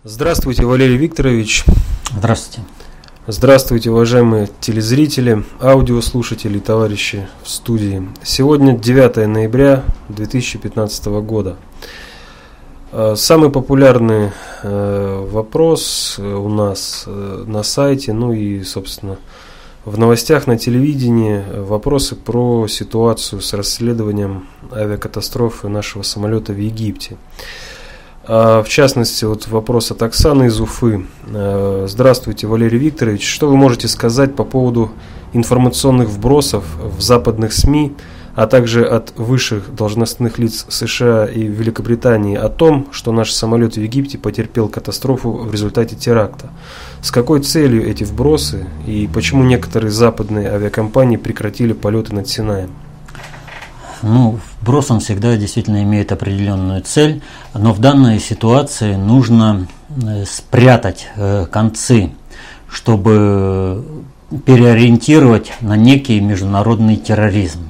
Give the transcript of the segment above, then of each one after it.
Здравствуйте, Валерий Викторович. Здравствуйте. Здравствуйте, уважаемые телезрители, аудиослушатели, товарищи в студии. Сегодня 9 ноября 2015 года. Самый популярный вопрос у нас на сайте, ну и, собственно, в новостях на телевидении вопросы про ситуацию с расследованием авиакатастрофы нашего самолета в Египте. В частности, вот вопрос от Оксаны из Уфы. Здравствуйте, Валерий Викторович. Что вы можете сказать по поводу информационных вбросов в западных СМИ, а также от высших должностных лиц США и Великобритании о том, что наш самолет в Египте потерпел катастрофу в результате теракта? С какой целью эти вбросы и почему некоторые западные авиакомпании прекратили полеты над Синаем? Вброс он всегда действительно имеет определенную цель, но в данной ситуации нужно спрятать концы, чтобы переориентировать на некий международный терроризм.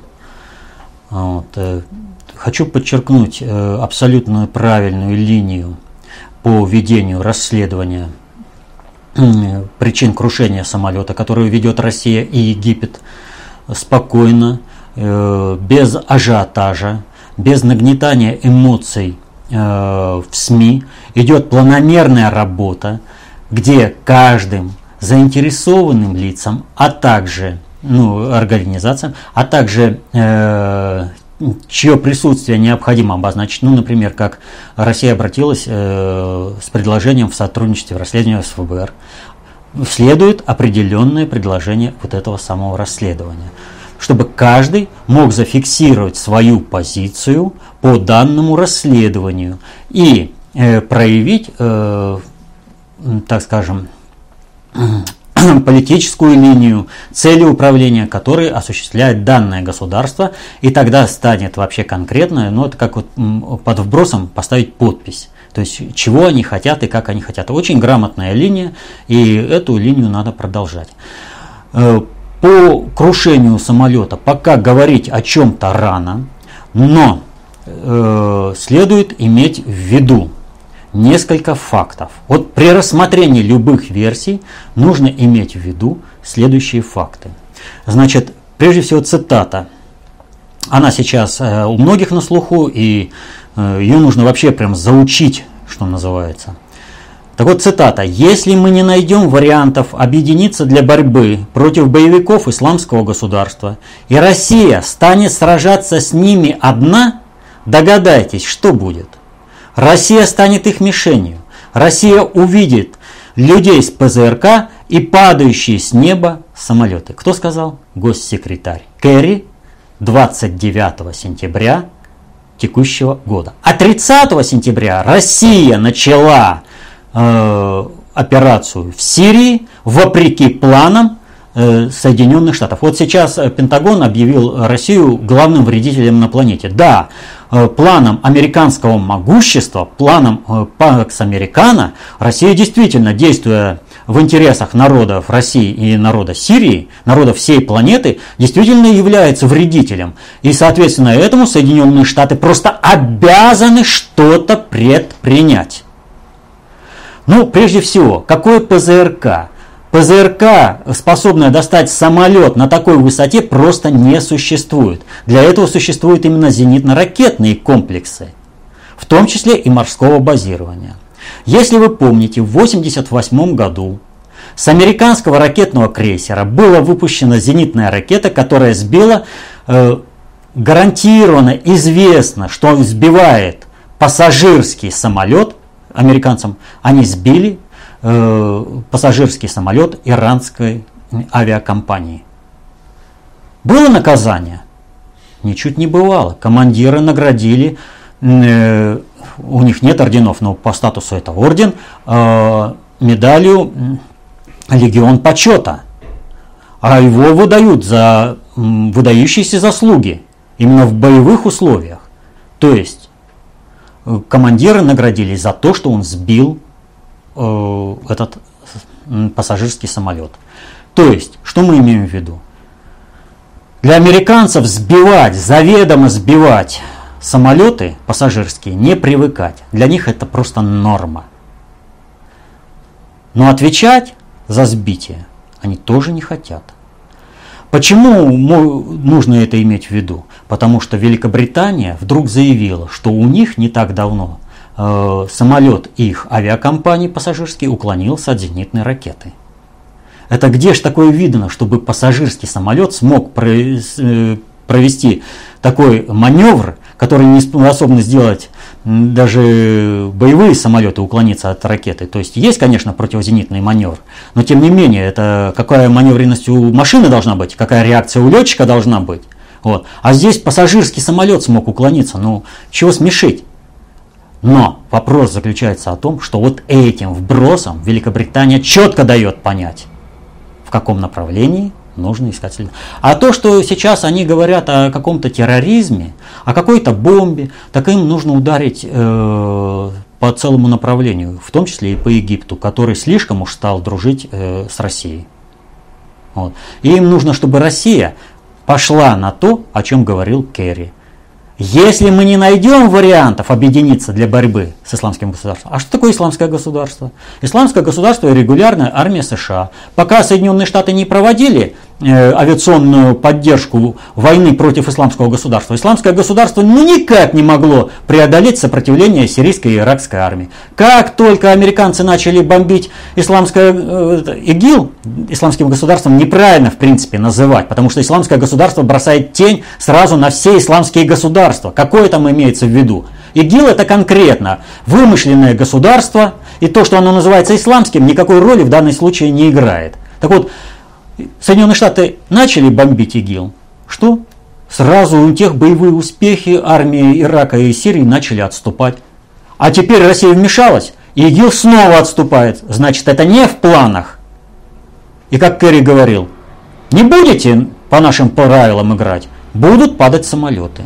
Хочу подчеркнуть абсолютно правильную линию по ведению расследования причин крушения самолета, которую ведет Россия и Египет, спокойно, без ажиотажа, без нагнетания эмоций в СМИ. Идет планомерная работа, где каждым заинтересованным лицам, а также организациям, а также чье присутствие необходимо обозначить, например, как Россия обратилась с предложением в сотрудничестве в расследовании с ФБР, следует определенное предложение вот этого самого расследования, чтобы каждый мог зафиксировать свою позицию по данному расследованию и проявить, так скажем, политическую линию, цели управления, которые осуществляет данное государство, и тогда станет вообще конкретно, это как под вбросом поставить подпись. То есть, чего они хотят и как они хотят. Очень грамотная линия, и эту линию надо продолжать. По крушению самолета пока говорить о чем-то рано, но следует иметь в виду несколько фактов. При рассмотрении любых версий нужно иметь в виду следующие факты. Значит, прежде всего цитата. Она сейчас у многих на слуху, и ее нужно вообще прям заучить, что называется. Так вот, цитата. «Если мы не найдем вариантов объединиться для борьбы против боевиков исламского государства, и Россия станет сражаться с ними одна, догадайтесь, что будет. Россия станет их мишенью. Россия увидит людей с ПЗРК и падающие с неба самолеты». Кто сказал? Госсекретарь Керри 29 сентября текущего года. А 30 сентября Россия начала операцию в Сирии вопреки планам Соединенных Штатов. Сейчас Пентагон объявил Россию главным вредителем на планете. Да, планом американского могущества, планом Пакс Американо, Россия действительно, действуя в интересах народов России и народа Сирии, народов всей планеты, действительно является вредителем. И, соответственно, этому Соединенные Штаты просто обязаны что-то предпринять. Прежде всего, какое ПЗРК? ПЗРК, способная достать самолет на такой высоте, просто не существует. Для этого существуют именно зенитно-ракетные комплексы, в том числе и морского базирования. Если вы помните, в 1988 году с американского ракетного крейсера была выпущена зенитная ракета, которая сбила, гарантированно известно, что сбивает пассажирский самолет. Американцам они сбили пассажирский самолет иранской авиакомпании. Было наказание? Ничуть не бывало. Командиры наградили, у них нет орденов, но по статусу это орден, медалью «Легион почета». А его выдают за выдающиеся заслуги именно в боевых условиях. То есть командиры наградили за то, что он сбил этот пассажирский самолет. То есть, что мы имеем в виду? Для американцев заведомо сбивать самолеты пассажирские не привыкать. Для них это просто норма. Но отвечать за сбитие они тоже не хотят. Почему нужно это иметь в виду? Потому что Великобритания вдруг заявила, что у них не так давно самолет их авиакомпании пассажирский уклонился от зенитной ракеты. Это где же такое видно, чтобы пассажирский самолет смог провести такой маневр, который не способны сделать даже боевые самолеты, уклониться от ракеты. То есть есть, конечно, противозенитный маневр, но тем не менее, это какая маневренность у машины должна быть, какая реакция у летчика должна быть. Вот. А здесь пассажирский самолет смог уклониться, ну чего смешить? Но вопрос заключается о том, что вот этим вбросом Великобритания четко дает понять, в каком направлении нужно искать следы. А то, что сейчас они говорят о каком-то терроризме, о какой-то бомбе, так им нужно ударить по целому направлению, в том числе и по Египту, который слишком уж стал дружить с Россией. Вот. И им нужно, чтобы Россия пошла на то, о чем говорил Керри. Если мы не найдем вариантов объединиться для борьбы с исламским государством. А что такое исламское государство? Исламское государство – регулярная армия США. Пока Соединенные Штаты не проводили авиационную поддержку войны против исламского государства, исламское государство никак не могло преодолеть сопротивление сирийской и иракской армии. Как только американцы начали бомбить ИГИЛ, исламским государством неправильно в принципе называть, потому что исламское государство бросает тень сразу на все исламские государства. Какое там имеется в виду? ИГИЛ это конкретно вымышленное государство, и то, что оно называется исламским, никакой роли в данном случае не играет. Так вот, Соединенные Штаты начали бомбить ИГИЛ. Что? Сразу у тех боевые успехи армии Ирака и Сирии начали отступать. А теперь Россия вмешалась, и ИГИЛ снова отступает. Значит, это не в планах. И как Керри говорил, не будете по нашим правилам играть, будут падать самолеты.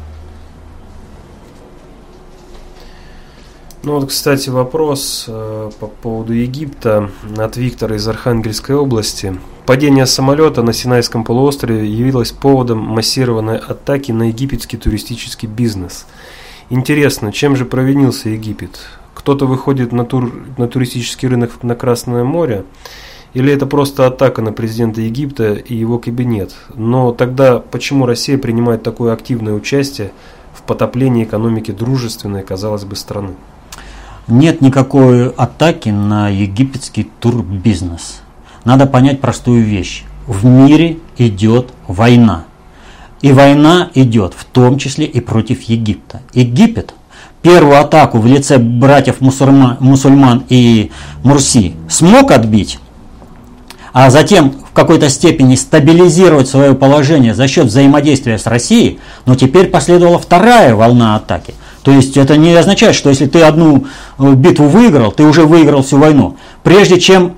Ну вот, кстати, вопрос по поводу Египта от Виктора из Архангельской области. Падение самолета на Синайском полуострове явилось поводом массированной атаки на египетский туристический бизнес. Интересно, чем же провинился Египет? Кто-то выходит на туристический рынок на Красное море? Или это просто атака на президента Египта и его кабинет? Но тогда почему Россия принимает такое активное участие в потоплении экономики дружественной, казалось бы, страны? Нет никакой атаки на египетский турбизнес. Надо понять простую вещь. В мире идет война. И война идет в том числе и против Египта. Египет первую атаку в лице братьев мусульман и Мурси смог отбить, а затем в какой-то степени стабилизировать свое положение за счет взаимодействия с Россией, но теперь последовала вторая волна атаки. То есть это не означает, что если ты одну битву выиграл, ты уже выиграл всю войну. Прежде чем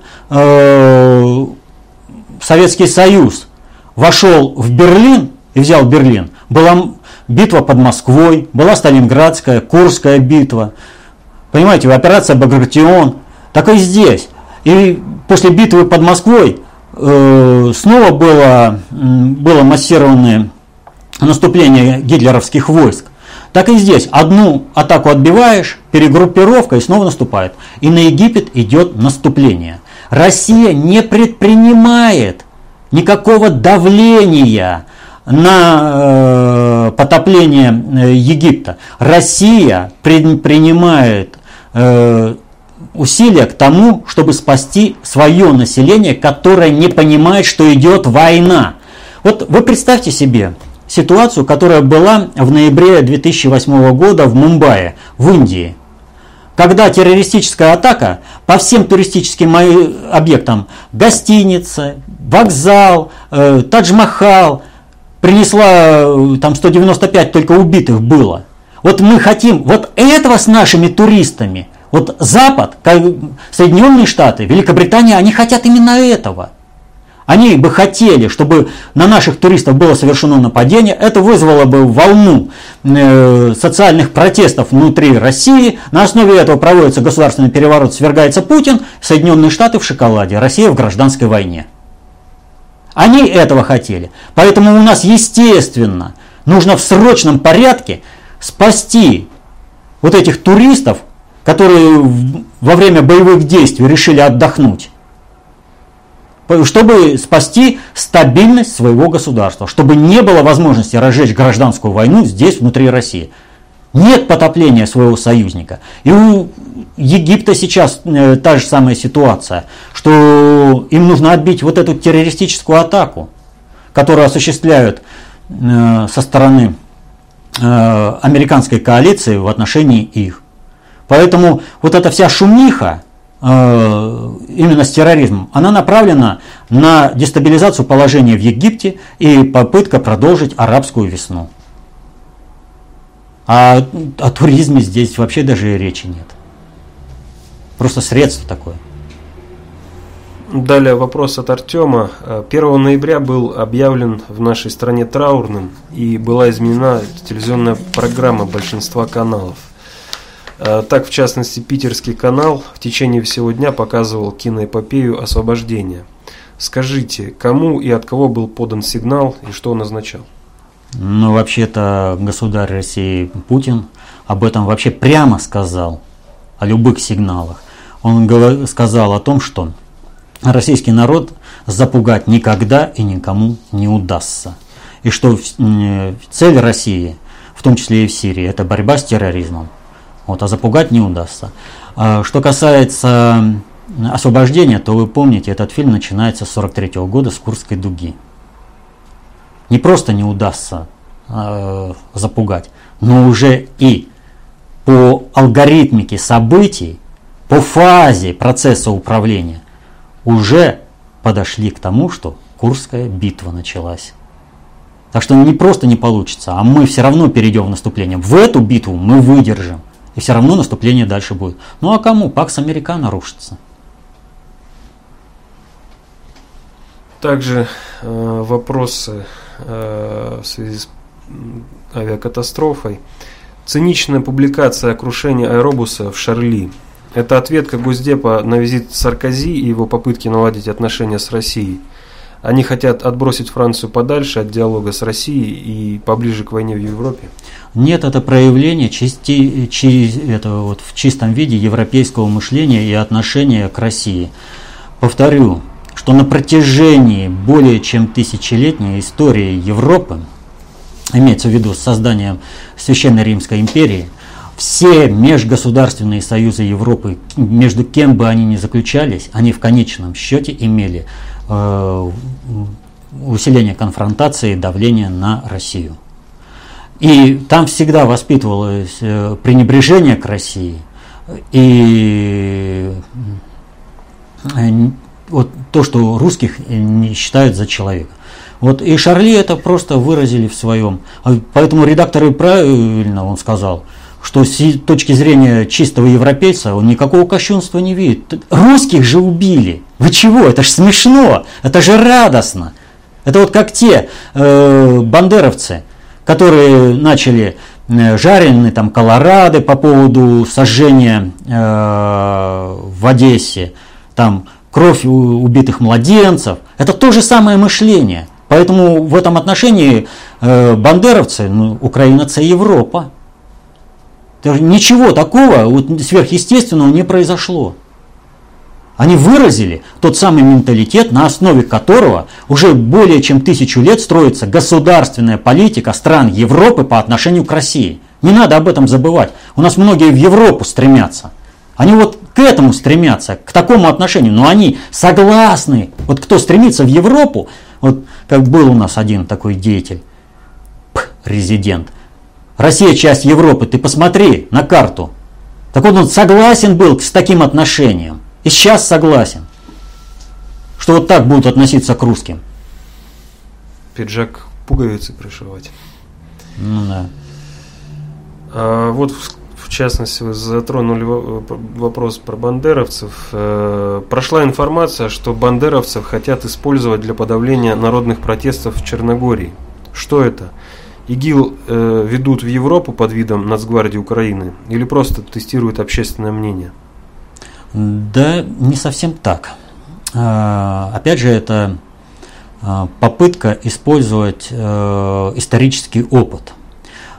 Советский Союз вошел в Берлин и взял Берлин, была битва под Москвой, была Сталинградская, Курская битва, понимаете, операция Багратион, так и здесь. И после битвы под Москвой снова было массированное наступление гитлеровских войск. Так и здесь. Одну атаку отбиваешь, перегруппировка и снова наступает. И на Египет идет наступление. Россия не предпринимает никакого давления на потопление Египта. Россия предпринимает усилия к тому, чтобы спасти свое население, которое не понимает, что идет война. Вот вы представьте себе ситуацию, которая была в ноябре 2008 года в Мумбаи, в Индии, когда террористическая атака по всем туристическим объектам, гостиница, вокзал, Тадж-Махал, принесла там 195 только убитых было. Вот мы хотим вот этого с нашими туристами. Вот Запад, Соединенные Штаты, Великобритания, они хотят именно этого. Они бы хотели, чтобы на наших туристов было совершено нападение. Это вызвало бы волну социальных протестов внутри России. На основе этого проводится государственный переворот, свергается Путин, Соединенные Штаты в шоколаде, Россия в гражданской войне. Они этого хотели. Поэтому у нас, естественно, нужно в срочном порядке спасти вот этих туристов, которые во время боевых действий решили отдохнуть, чтобы спасти стабильность своего государства, чтобы не было возможности разжечь гражданскую войну здесь, внутри России. Нет потопления своего союзника. И у Египта сейчас та же самая ситуация, что им нужно отбить вот эту террористическую атаку, которую осуществляют со стороны американской коалиции в отношении их. Поэтому вот эта вся шумиха именно с терроризмом, она направлена на дестабилизацию положения в Египте и попытка продолжить арабскую весну. А о туризме здесь вообще даже и речи нет. Просто средство такое. Далее вопрос от Артема. 1 ноября был объявлен в нашей стране траурным и была изменена телевизионная программа большинства каналов. Так, в частности, питерский канал в течение всего дня показывал киноэпопею освобождения. Скажите, кому и от кого был подан сигнал и что он означал? Ну, вообще-то, государь России Путин об этом вообще прямо сказал, о любых сигналах. Он сказал о том, что российский народ запугать никогда и никому не удастся. И что цель России, в том числе и в Сирии, это борьба с терроризмом. Вот, а запугать не удастся. Что касается освобождения, то вы помните, этот фильм начинается с 1943 года, с Курской дуги. Не просто не удастся запугать, но уже и по алгоритмике событий, по фазе процесса управления уже подошли к тому, что Курская битва началась. Так что не просто не получится, а мы все равно перейдем в наступление. В эту битву мы выдержим. И все равно наступление дальше будет. Ну а кому? Пакс Американо рушится. Также вопросы в связи с авиакатастрофой. Циничная публикация о крушении аэробуса в Шарли. Это ответка Госдепа на визит Саркози и его попытки наладить отношения с Россией. Они хотят отбросить Францию подальше от диалога с Россией и поближе к войне в Европе? Нет, это проявление в чистом виде европейского мышления и отношения к России. Повторю, что на протяжении более чем тысячелетней истории Европы, имеется в виду с созданием Священной Римской империи, все межгосударственные союзы Европы, между кем бы они ни заключались, они в конечном счете имели усиление конфронтации и давления на Россию. И там всегда воспитывалось пренебрежение к России и вот то, что русских не считают за человека. Вот и Шарли это просто выразили в своем. Поэтому редактор и правильно он сказал, что с точки зрения чистого европейца он никакого кощунства не видит. Русских же убили. Вы чего? Это ж смешно, это же радостно. Это вот как те бандеровцы, которые начали жареные там колорады по поводу сожжения в Одессе, там кровь убитых младенцев. Это то же самое мышление. Поэтому в этом отношении бандеровцы, Украина – это Европа. Ничего такого сверхъестественного не произошло. Они выразили тот самый менталитет, на основе которого уже более чем 1000 лет строится государственная политика стран Европы по отношению к России. Не надо об этом забывать. У нас многие в Европу стремятся. Они вот к этому стремятся, к такому отношению. Но они согласны. Вот кто стремится в Европу, вот как был у нас один такой деятель, резидент. Россия часть Европы, ты посмотри на карту. Так вот он согласен был с таким отношением. И сейчас согласен, что вот так будут относиться к русским. Пиджак пуговицы пришивать. Ну да. Вот в частности вы затронули вопрос про бандеровцев. Прошла информация, что бандеровцев хотят использовать для подавления народных протестов в Черногории. Что это? ИГИЛ ведут в Европу под видом Нацгвардии Украины или просто тестируют общественное мнение? Да, не совсем так. Опять же, это попытка использовать исторический опыт.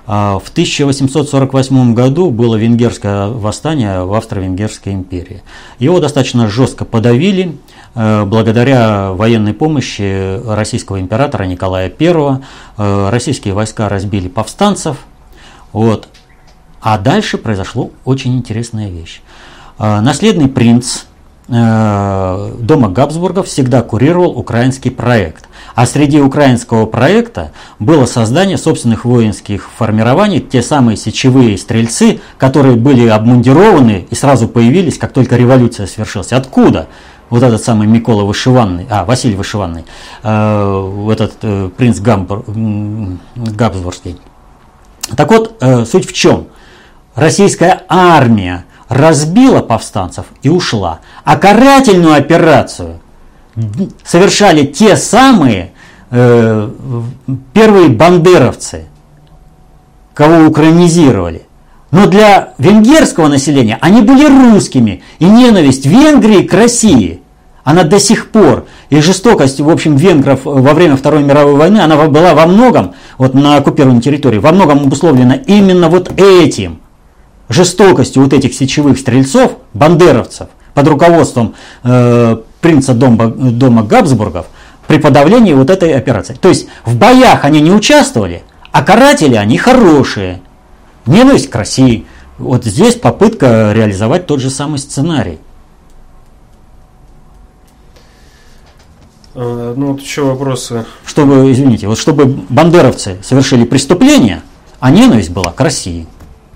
В 1848 году было венгерское восстание в Австро-Венгерской империи. Его достаточно жестко подавили благодаря военной помощи российского императора Николая I. Российские войска разбили повстанцев. Вот. А дальше произошла очень интересная вещь. Наследный принц дома Габсбургов всегда курировал украинский проект. А среди украинского проекта было создание собственных воинских формирований, те самые сечевые стрельцы, которые были обмундированы и сразу появились, как только революция свершилась. Откуда? Вот этот самый Василий Вышиванный, этот принц Габсбургский. Так вот, суть в чем? Российская армия разбила повстанцев и ушла. А карательную операцию совершали те самые первые бандеровцы, кого украинизировали. Но для венгерского населения они были русскими. И ненависть Венгрии к России, она до сих пор, и жестокость, в общем, венгров во время Второй мировой войны, она была во многом, вот на оккупированной территории, во многом обусловлена именно вот этим. Жестокостью вот этих сечевых стрельцов, бандеровцев, под руководством принца дома Габсбургов при подавлении вот этой операции. То есть в боях они не участвовали, а каратели они хорошие. Ненависть к России. Вот здесь попытка реализовать тот же самый сценарий. Ну вот еще вопросы. Чтобы бандеровцы совершили преступление, а ненависть была к России.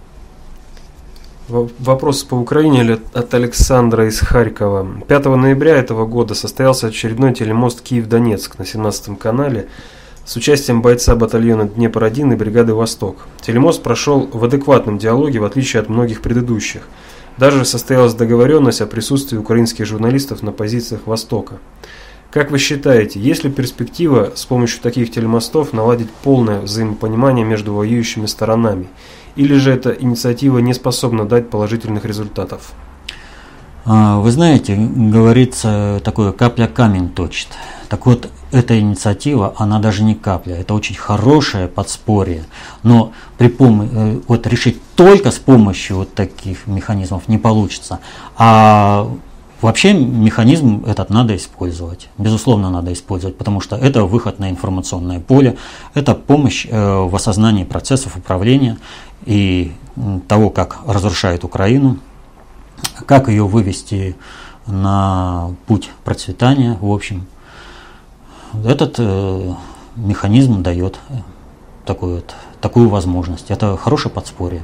Вопрос по Украине от Александра из Харькова. 5 ноября этого года состоялся очередной телемост Киев-Донецк на 17 канале с участием бойца батальона Днепр-1 и бригады «Восток». Телемост прошел в адекватном диалоге, в отличие от многих предыдущих. Даже состоялась договоренность о присутствии украинских журналистов на позициях «Востока». Как вы считаете, есть ли перспектива с помощью таких телемостов наладить полное взаимопонимание между воюющими сторонами? Или же эта инициатива не способна дать положительных результатов? Вы знаете, говорится такое, капля камень точит. Так вот, эта инициатива, она даже не капля, это очень хорошее подспорье. Но вот решить только с помощью вот таких механизмов не получится. А вообще механизм этот надо использовать. Безусловно, надо использовать, потому что это выход на информационное поле, это помощь в осознании процессов управления и того, как разрушает Украину, как ее вывести на путь процветания, в общем. Этот механизм дает такую возможность. Это хорошее подспорье.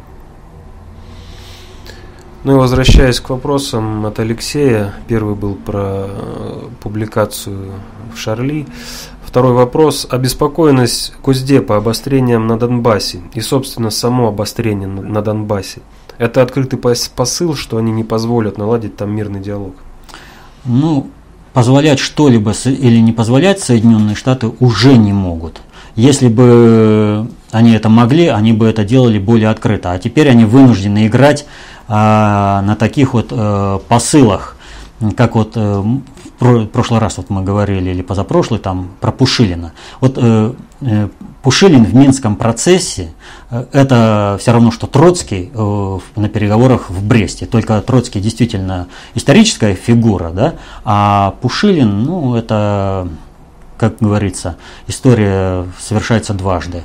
Ну и возвращаясь к вопросам от Алексея, первый был про публикацию в Шарли. Второй вопрос. Обеспокоенность Госдепа обострением на Донбассе и, собственно, само обострение на Донбассе. Это открытый посыл, что они не позволят наладить там мирный диалог? Ну, позволять что-либо или не позволять Соединенные Штаты уже не могут. Если бы они это могли, они бы это делали более открыто. А теперь они вынуждены играть на таких вот посылах, как вот в прошлый раз вот мы говорили, или позапрошлый, там про Пушилина. Вот Пушилин в Минском процессе это все равно, что Троцкий на переговорах в Бресте. Только Троцкий действительно историческая фигура, да, а Пушилин, ну, это, как говорится, история совершается дважды.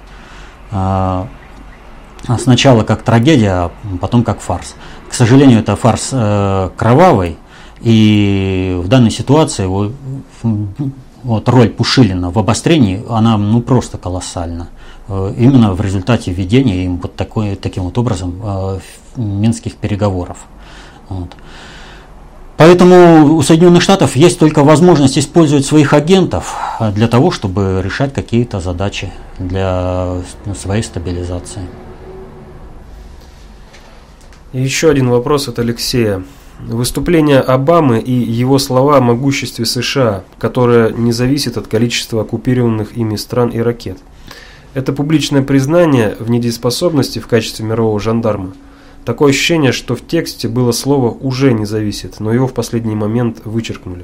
Сначала как трагедия, а потом как фарс. К сожалению, это фарс кровавый, и в данной ситуации вот роль Пушилина в обострении, она ну просто колоссальна. Именно в результате введения им вот таким вот образом минских переговоров. Вот. Поэтому у Соединенных Штатов есть только возможность использовать своих агентов для того, чтобы решать какие-то задачи для своей стабилизации. И еще один вопрос от Алексея. Выступление Обамы и его слова о могуществе США, которое не зависит от количества оккупированных ими стран и ракет. Это публичное признание в недееспособности в качестве мирового жандарма. Такое ощущение, что в тексте было слово «уже не зависит», но его в последний момент вычеркнули.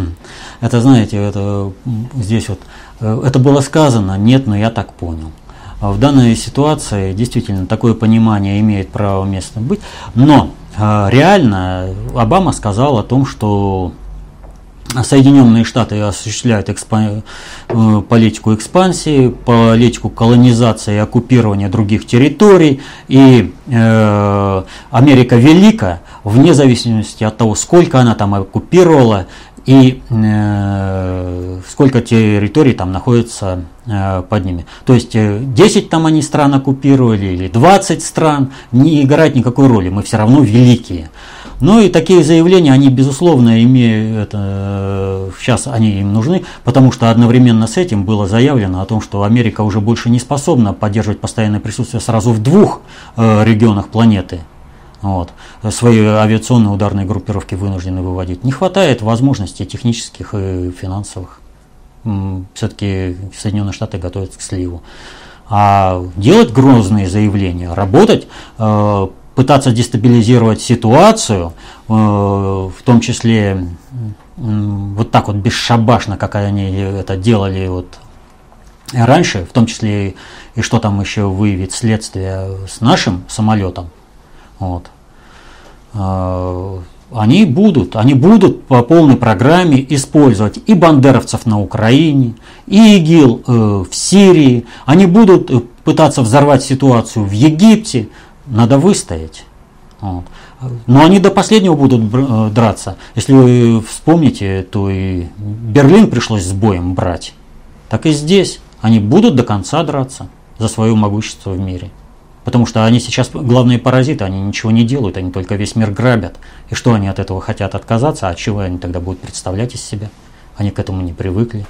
Это, знаете, это здесь вот, это было сказано, нет, но я так понял. В данной ситуации действительно такое понимание имеет право место быть, но реально Обама сказал о том, что Соединенные Штаты осуществляют политику экспансии, политику колонизации и оккупирования других территорий, и Америка велика вне зависимости от того, сколько она там оккупировала и сколько территорий там находится под ними. То есть 10 там они стран оккупировали или 20 стран, не играет никакой роли, мы все равно великие. Ну и такие заявления, они безусловно имеют, сейчас они им нужны, потому что одновременно с этим было заявлено о том, что Америка уже больше не способна поддерживать постоянное присутствие сразу в 2 регионах планеты. Вот. Свои авиационные ударные группировки вынуждены выводить. Не хватает возможностей технических и финансовых. Все-таки Соединенные Штаты готовятся к сливу. А делать грозные заявления, работать, пытаться дестабилизировать ситуацию, в том числе вот так вот бесшабашно, как они это делали вот раньше, в том числе и что там еще выявит следствие с нашим самолетом, вот. Они будут по полной программе использовать и бандеровцев на Украине, и ИГИЛ в Сирии. Они будут пытаться взорвать ситуацию в Египте. Надо выстоять. Вот. Но они до последнего будут драться. Если вы вспомните, то и Берлин пришлось с боем брать. Так и здесь они будут до конца драться за свое могущество в мире. Потому что они сейчас главные паразиты, они ничего не делают, они только весь мир грабят. И что они от этого хотят отказаться, а чего они тогда будут представлять из себя? Они к этому не привыкли.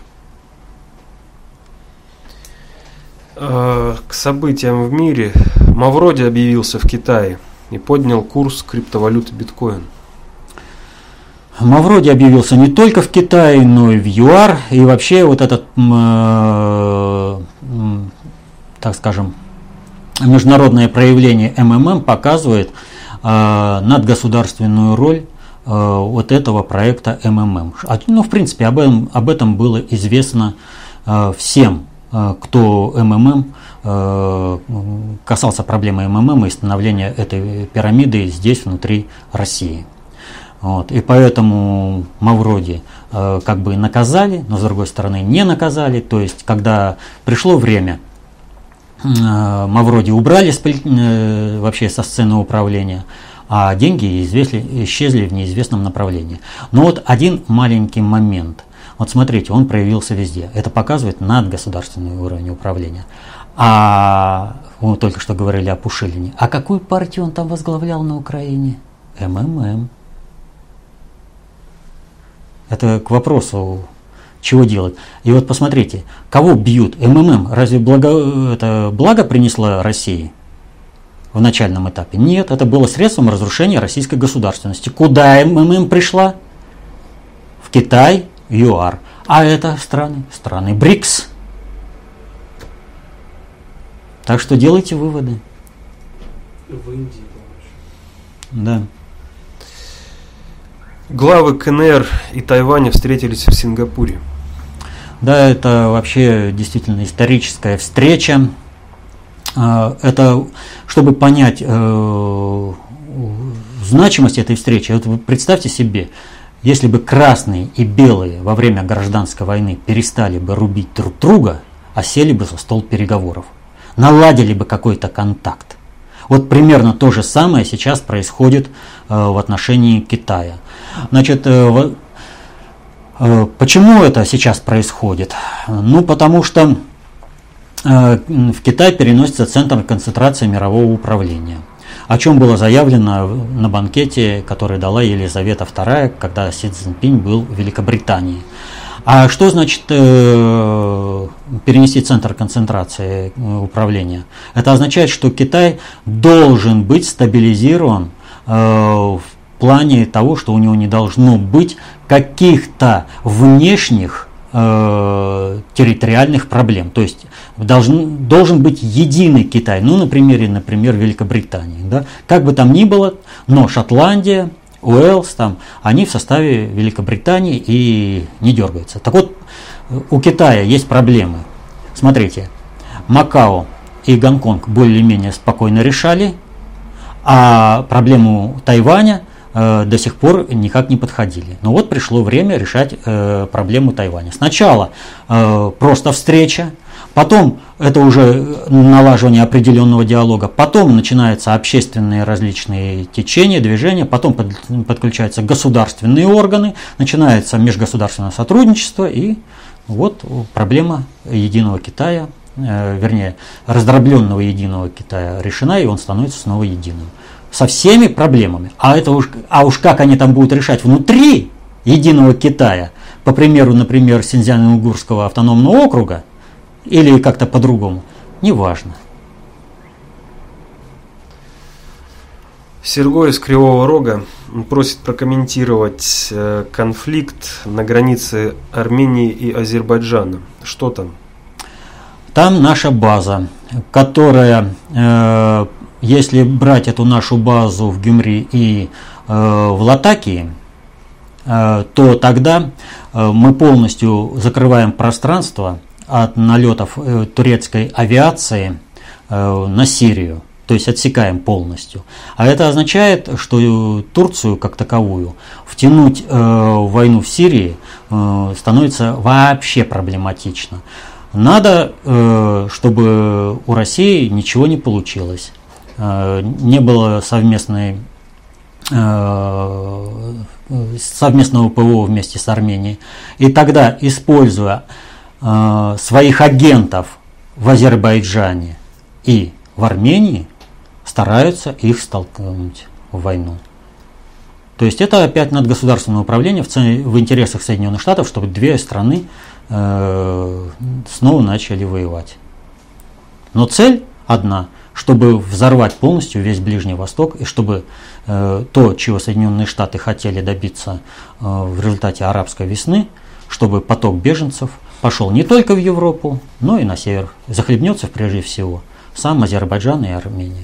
К событиям в мире. Мавроди объявился в Китае и поднял курс криптовалюты биткоин. Мавроди объявился не только в Китае, но и в ЮАР. И вообще вот этот, так скажем, международное проявление МММ показывает надгосударственную роль вот этого проекта МММ. Ну, в принципе, об этом было известно всем, кто МММ касался проблемы МММ и становления этой пирамиды здесь, внутри России. Вот. И поэтому Мавроди как бы наказали, но с другой стороны не наказали. То есть, когда пришло время, Мавроди убрали вообще со сцены управления, а деньги исчезли в неизвестном направлении. Но вот один маленький момент. Вот смотрите, он проявился везде. Это показывает надгосударственный уровень управления. А мы только что говорили о Пушилине. А какую партию он там возглавлял на Украине? МММ. Это к вопросу, чего делать. И вот посмотрите, кого бьют? МММ. Разве это благо принесло России в начальном этапе? Нет, это было средством разрушения российской государственности. Куда МММ пришла? В Китай, ЮАР. А это страны БРИКС. Так что делайте выводы. В Индии, да. Главы КНР и Тайваня встретились в Сингапуре. Да, это вообще действительно историческая встреча. Это, чтобы понять значимость этой встречи, вот вы представьте себе, если бы красные и белые во время гражданской войны перестали бы рубить друг друга, а сели бы за стол переговоров, наладили бы какой-то контакт. Вот примерно то же самое сейчас происходит в отношении Китая. Значит, почему это сейчас происходит? Ну, потому что в Китай переносится центр концентрации мирового управления, о чем было заявлено на банкете, который дала Елизавета II, когда Си Цзиньпинь был в Великобритании. А что значит перенести центр концентрации управления? Это означает, что Китай должен быть стабилизирован в плане того, что у него не должно быть каких-то внешних территориальных проблем. То есть должен быть единый Китай, ну, например, Великобритании. Да? Как бы там ни было, но Шотландия, Уэльс, там, они в составе Великобритании и не дергаются. Так вот, у Китая есть проблемы. Смотрите, Макао и Гонконг более-менее спокойно решали, а проблему Тайваня до сих пор никак не подходили. Но вот пришло время решать проблему Тайваня. Сначала просто встреча, потом это уже налаживание определенного диалога, потом начинаются общественные различные течения, движения, потом подключаются государственные органы, начинается межгосударственное сотрудничество, и вот проблема единого Китая, вернее, раздробленного единого Китая решена, и он становится снова единым. Со всеми проблемами. А уж как они там будут решать внутри единого Китая, по примеру, например, Синьцзян-Уйгурского автономного округа, или как-то по-другому, неважно. Сергей из Кривого Рога просит прокомментировать конфликт на границе Армении и Азербайджана. Что там? Там наша база, которая, если брать эту нашу базу в Гюмри и в Латакии, то тогда мы полностью закрываем пространство от налетов турецкой авиации на Сирию, то есть отсекаем полностью. А это означает, что Турцию как таковую втянуть в войну в Сирии становится вообще проблематично. Надо, чтобы у России ничего не получилось, не было совместного ПВО вместе с Арменией. И тогда, используя своих агентов в Азербайджане и в Армении, стараются их столкнуть в войну. То есть это опять надгосударственное управление в интересах Соединенных Штатов, чтобы две страны снова начали воевать. Но цель одна, чтобы взорвать полностью весь Ближний Восток, и чтобы то, чего Соединенные Штаты хотели добиться в результате арабской весны, чтобы поток беженцев пошел не только в Европу, но и на север. Захлебнется прежде всего сам Азербайджан и Армения.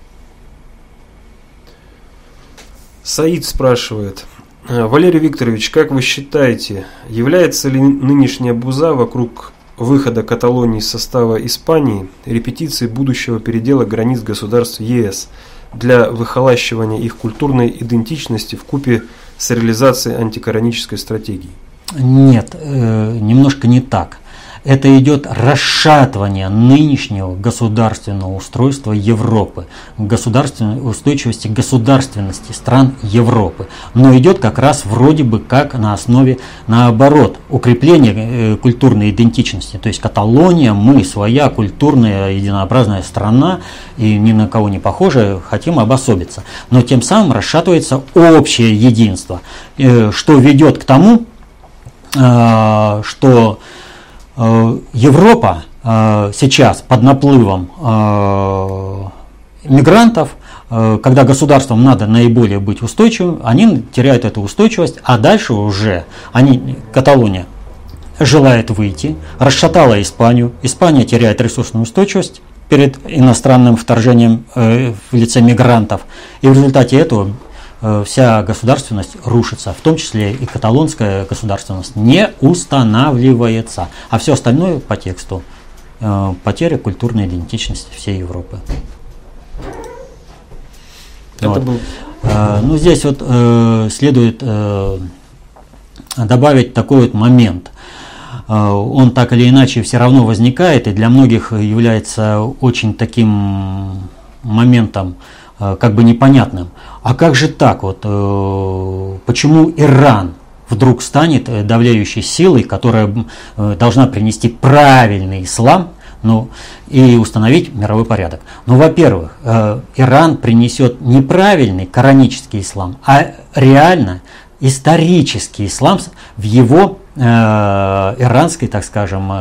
Саид спрашивает: Валерий Викторович, как вы считаете, является ли нынешняя буза вокруг выхода Каталонии из состава Испании репетицией будущего передела границ государств ЕС для выхолащивания их культурной идентичности вкупе с реализацией антикоронической стратегии? Нет, немножко не так. Это идет расшатывание нынешнего государственного устройства Европы, государственной устойчивости государственности стран Европы. Но идет как раз вроде бы как на основе, наоборот, укрепления культурной идентичности. То есть Каталония, мы своя культурная единообразная страна и ни на кого не похожая, хотим обособиться. Но тем самым расшатывается общее единство, что ведет к тому, что Европа сейчас под наплывом мигрантов, когда государствам надо наиболее быть устойчивым, они теряют эту устойчивость, а дальше уже Каталония желает выйти, расшатала Испанию, Испания теряет ресурсную устойчивость перед иностранным вторжением в лице мигрантов, и в результате этого вся государственность рушится, в том числе и каталонская государственность не устанавливается, а все остальное по тексту потеря культурной идентичности всей Европы. Вот. Ну, здесь вот следует добавить такой вот момент. Он так или иначе все равно возникает и для многих является очень таким моментом, как бы непонятным. А как же так вот? Почему Иран вдруг станет давляющей силой, которая должна принести правильный ислам, и установить мировой порядок? Ну, во-первых, Иран принесет не правильный коранический ислам, а реально исторический ислам в его иранской, так скажем,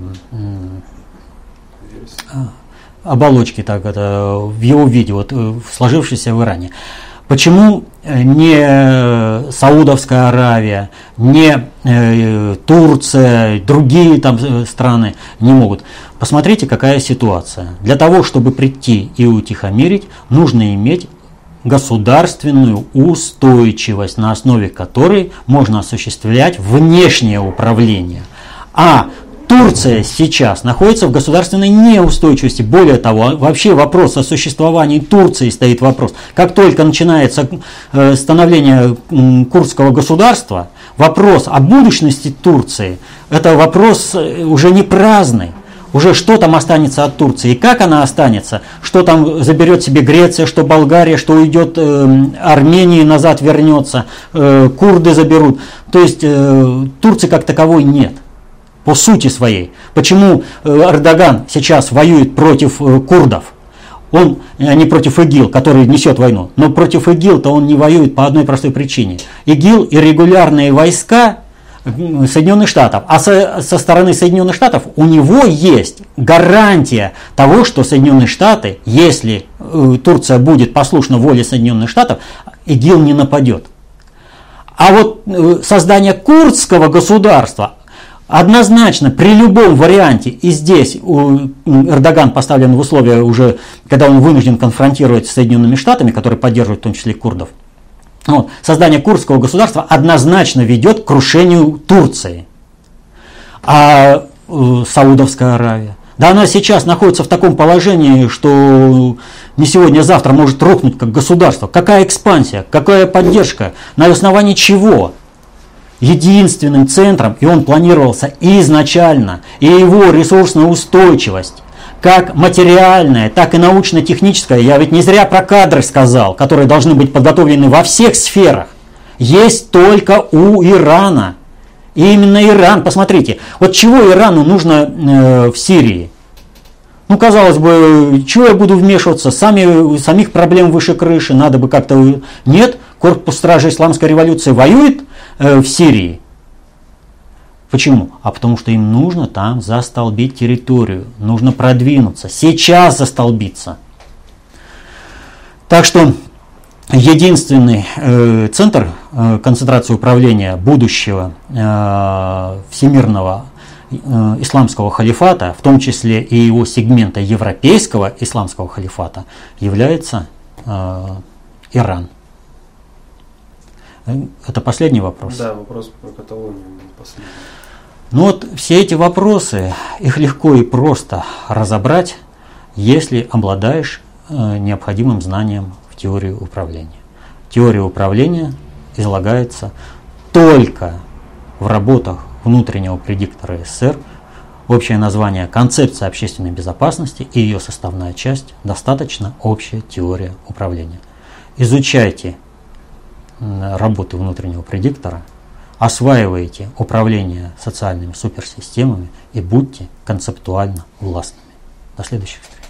оболочки, так это, в его виде, вот, сложившейся в Иране. Почему не Саудовская Аравия, не Турция, другие там страны не могут? Посмотрите, какая ситуация. Для того, чтобы прийти и утихомирить, нужно иметь государственную устойчивость, на основе которой можно осуществлять внешнее управление. А Турция сейчас находится в государственной неустойчивости. Более того, вообще вопрос о существовании Турции стоит вопрос. Как только начинается становление курдского государства, вопрос о будущности Турции, это вопрос уже не праздный. Уже что там останется от Турции, и как она останется, что там заберет себе Греция, что Болгария, что уйдет Армения, назад вернется, курды заберут. То есть Турции как таковой нет, по сути своей. Почему Эрдоган сейчас воюет против курдов? Он не против ИГИЛ, который несет войну, но против ИГИЛ-то он не воюет по одной простой причине. ИГИЛ и регулярные войска Соединенных Штатов, а со стороны Соединенных Штатов у него есть гарантия того, что Соединенные Штаты, если Турция будет послушна воле Соединенных Штатов, ИГИЛ не нападет. А вот создание курдского государства однозначно при любом варианте, и здесь Эрдоган поставлен в условия уже, когда он вынужден конфронтировать с Соединенными Штатами, которые поддерживают в том числе курдов, вот, создание курдского государства однозначно ведет к крушению Турции. А Саудовская Аравия? Да она сейчас находится в таком положении, что не сегодня, а завтра может рухнуть как государство. Какая экспансия, какая поддержка, на основании чего? Единственным центром, и он планировался изначально, и его ресурсная устойчивость, как материальная, так и научно-техническая, я ведь не зря про кадры сказал, которые должны быть подготовлены во всех сферах, есть только у Ирана. И именно Иран, посмотрите, вот чего Ирану нужно в Сирии? Ну, казалось бы, чего я буду вмешиваться, самих проблем выше крыши, надо бы как-то... Нет, корпус стражи исламской революции воюет в Сирии. Почему? А потому что им нужно там застолбить территорию, нужно продвинуться, сейчас застолбиться. Так что единственный центр концентрации управления будущего всемирного исламского халифата, в том числе и его сегмента европейского исламского халифата, является Иран. Это последний вопрос? Да, вопрос про Каталонию последний. Ну вот все эти вопросы, их легко и просто разобрать, если обладаешь необходимым знанием в теории управления. Теория управления излагается только в работах внутреннего предиктора СССР. Общее название «Концепция общественной безопасности» и ее составная часть «Достаточно общая теория управления». Изучайте работы внутреннего предиктора, осваивайте управление социальными суперсистемами и будьте концептуально властными. До следующих встреч.